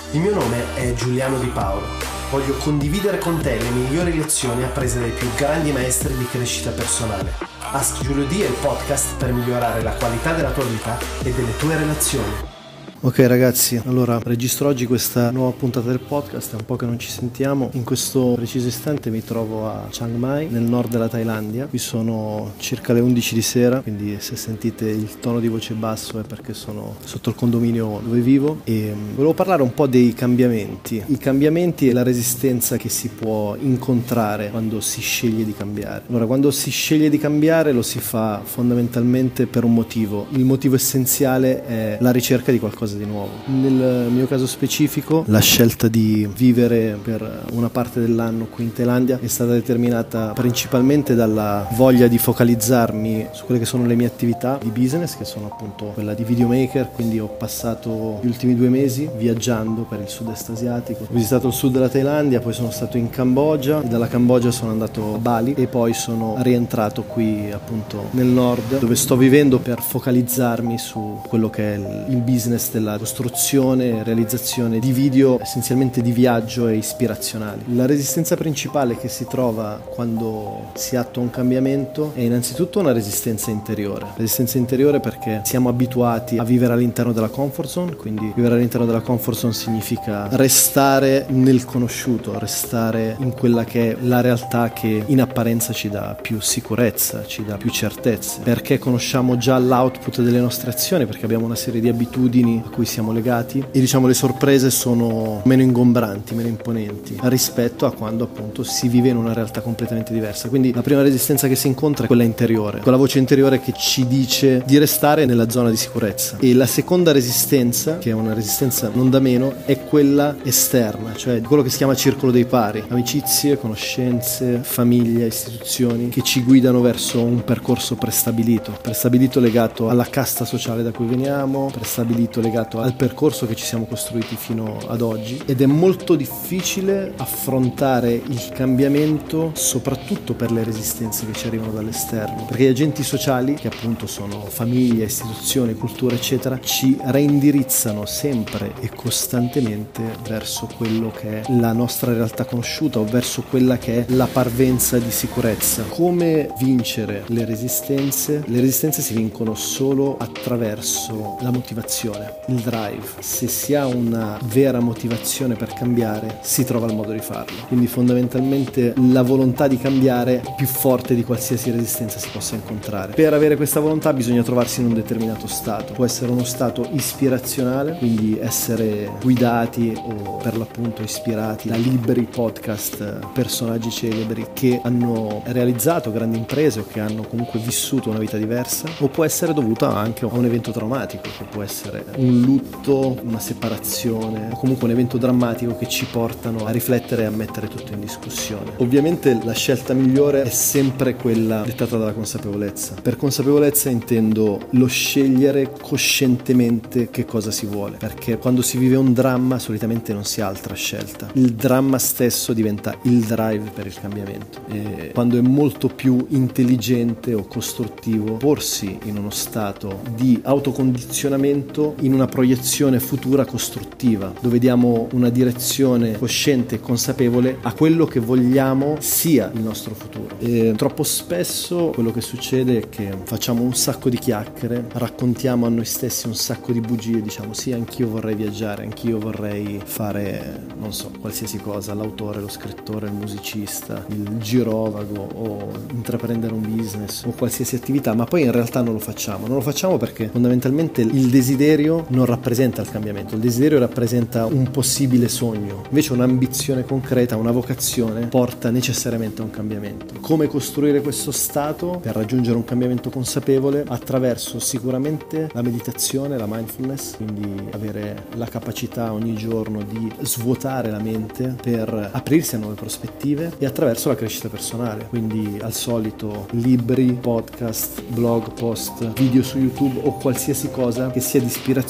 Il mio nome è Giuliano Di Paolo. Voglio condividere con te le migliori lezioni apprese dai più grandi maestri di crescita personale. Ask Giulio D è il podcast per migliorare la qualità della tua vita e delle tue relazioni. Ok ragazzi, allora registro oggi questa nuova puntata del podcast, è un po' che non ci sentiamo. In questo preciso istante mi trovo a Chiang Mai, nel nord della Thailandia. Qui sono circa le 11 di sera, quindi se sentite il tono di voce basso è perché sono sotto il condominio dove vivo. E volevo parlare un po' dei cambiamenti. I cambiamenti e la resistenza che si può incontrare quando si sceglie di cambiare. Allora, quando si sceglie di cambiare lo si fa fondamentalmente per un motivo. Il motivo essenziale è la ricerca di qualcosa di nuovo. Nel mio caso specifico, la scelta di vivere per una parte dell'anno qui in Thailandia è stata determinata principalmente dalla voglia di focalizzarmi su quelle che sono le mie attività di business, che sono appunto quella di videomaker. Quindi ho passato gli ultimi 2 mesi viaggiando per il sud-est asiatico. Ho visitato il sud della Thailandia, poi sono stato in Cambogia e dalla Cambogia sono andato a Bali e poi sono rientrato qui appunto nel nord, dove sto vivendo per focalizzarmi su quello che è il business della costruzione e realizzazione di video essenzialmente di viaggio e ispirazionali. La resistenza principale che si trova quando si attua un cambiamento è innanzitutto una resistenza interiore. Resistenza interiore perché siamo abituati a vivere all'interno della comfort zone, quindi vivere all'interno della comfort zone significa restare nel conosciuto, restare in quella che è la realtà che in apparenza ci dà più sicurezza, ci dà più certezze, perché conosciamo già l'output delle nostre azioni, perché abbiamo una serie di abitudini a cui siamo legati e diciamo le sorprese sono meno ingombranti, meno imponenti rispetto a quando appunto si vive in una realtà completamente diversa. Quindi la prima resistenza che si incontra è quella interiore, quella voce interiore che ci dice di restare nella zona di sicurezza. E la seconda resistenza, che è una resistenza non da meno, è quella esterna, cioè quello che si chiama circolo dei pari, amicizie, conoscenze, famiglie, istituzioni che ci guidano verso un percorso prestabilito legato alla casta sociale da cui veniamo, prestabilito legato al percorso che ci siamo costruiti fino ad oggi. Ed è molto difficile affrontare il cambiamento soprattutto per le resistenze che ci arrivano dall'esterno, perché gli agenti sociali, che appunto sono famiglie, istituzioni, culture eccetera, ci reindirizzano sempre e costantemente verso quello che è la nostra realtà conosciuta o verso quella che è la parvenza di sicurezza. Come vincere le resistenze? Le resistenze si vincono solo attraverso la motivazione, il drive. Se si ha una vera motivazione per cambiare, si trova il modo di farlo. Quindi fondamentalmente la volontà di cambiare è più forte di qualsiasi resistenza si possa incontrare. Per avere questa volontà bisogna trovarsi in un determinato stato. Può essere uno stato ispirazionale, quindi essere guidati o per l'appunto ispirati da libri, podcast, personaggi celebri che hanno realizzato grandi imprese o che hanno comunque vissuto una vita diversa, o può essere dovuta anche a un evento traumatico, che può essere un lutto, una separazione o comunque un evento drammatico che ci portano a riflettere e a mettere tutto in discussione. Ovviamente la scelta migliore è sempre quella dettata dalla consapevolezza. Per consapevolezza intendo lo scegliere coscientemente che cosa si vuole, perché quando si vive un dramma solitamente non si ha altra scelta. Il dramma stesso diventa il drive per il cambiamento, e quando è molto più intelligente o costruttivo porsi in uno stato di autocondizionamento, in una proiezione futura costruttiva, dove diamo una direzione cosciente e consapevole a quello che vogliamo sia il nostro futuro. E troppo spesso quello che succede è che facciamo un sacco di chiacchiere, raccontiamo a noi stessi un sacco di bugie, diciamo sì, anch'io vorrei viaggiare, anch'io vorrei fare, non so, qualsiasi cosa, l'autore, lo scrittore, il musicista, il girovago o intraprendere un business o qualsiasi attività, ma poi in realtà non lo facciamo perché fondamentalmente il desiderio non rappresenta il cambiamento, il desiderio rappresenta un possibile sogno, invece un'ambizione concreta, una vocazione porta necessariamente a un cambiamento. Come costruire questo stato per raggiungere un cambiamento consapevole? Attraverso sicuramente la meditazione, la mindfulness, quindi avere la capacità ogni giorno di svuotare la mente per aprirsi a nuove prospettive, e attraverso la crescita personale, quindi al solito libri, podcast, blog, post, video su YouTube o qualsiasi cosa che sia di ispirazione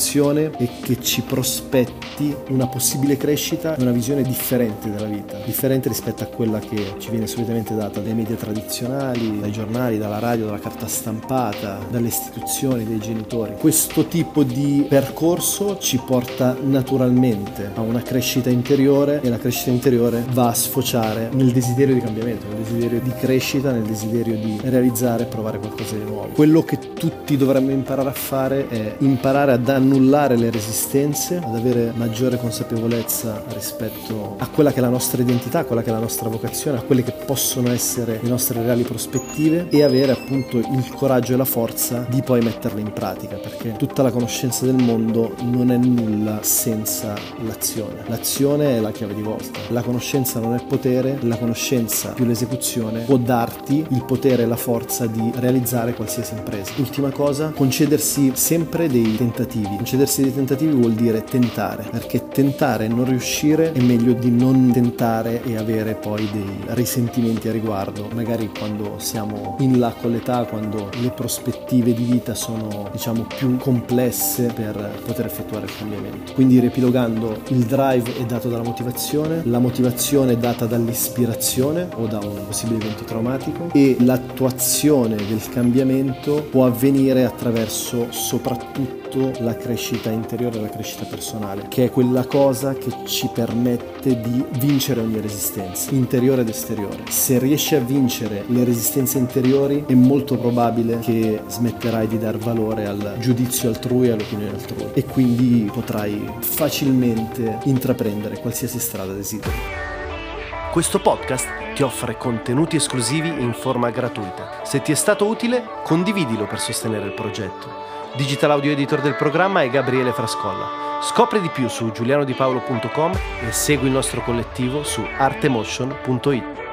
motivazione e che ci prospetti una possibile crescita e una visione differente della vita, differente rispetto a quella che ci viene solitamente data dai media tradizionali, dai giornali, dalla radio, dalla carta stampata, dalle istituzioni, dai genitori. Questo tipo di percorso ci porta naturalmente a una crescita interiore, e la crescita interiore va a sfociare nel desiderio di cambiamento, nel desiderio di crescita, nel desiderio di realizzare e provare qualcosa di nuovo. Quello che tutti dovremmo imparare a fare è imparare ad annullare le resistenze, ad avere maggiore consapevolezza rispetto a quella che è la nostra identità, a quella che è la nostra vocazione, a quelle che possono essere le nostre reali prospettive, e avere appunto il coraggio e la forza di poi metterle in pratica, perché tutta la conoscenza del mondo non è nulla senza l'azione. L'azione è la chiave di volta. La conoscenza non è potere, la conoscenza più l'esecuzione può darti il potere e la forza di realizzare qualsiasi impresa. Ultima cosa, concedersi sempre dei tentativi. Concedersi dei tentativi vuol dire tentare, perché tentare e non riuscire è meglio di non tentare e avere poi dei risentimenti a riguardo, magari quando siamo in là con l'età, quando le prospettive di vita sono, diciamo, più complesse per poter effettuare il cambiamento. Quindi, riepilogando, il drive è dato dalla motivazione, la motivazione è data dall'ispirazione o da un possibile evento traumatico, e l'attuazione del cambiamento può avvenire attraverso soprattutto la crescita interiore, la crescita personale, che è quella cosa che ci permette di vincere ogni resistenza, interiore ed esteriore. Se riesci a vincere le resistenze interiori, è molto probabile che smetterai di dar valore al giudizio altrui e all'opinione altrui, e quindi potrai facilmente intraprendere qualsiasi strada desideri. Questo podcast ti offre contenuti esclusivi in forma gratuita. Se ti è stato utile, condividilo per sostenere il progetto. Digital audio editor del programma è Gabriele Frascolla. Scopri di più su giulianodipaolo.com e segui il nostro collettivo su artemotion.it.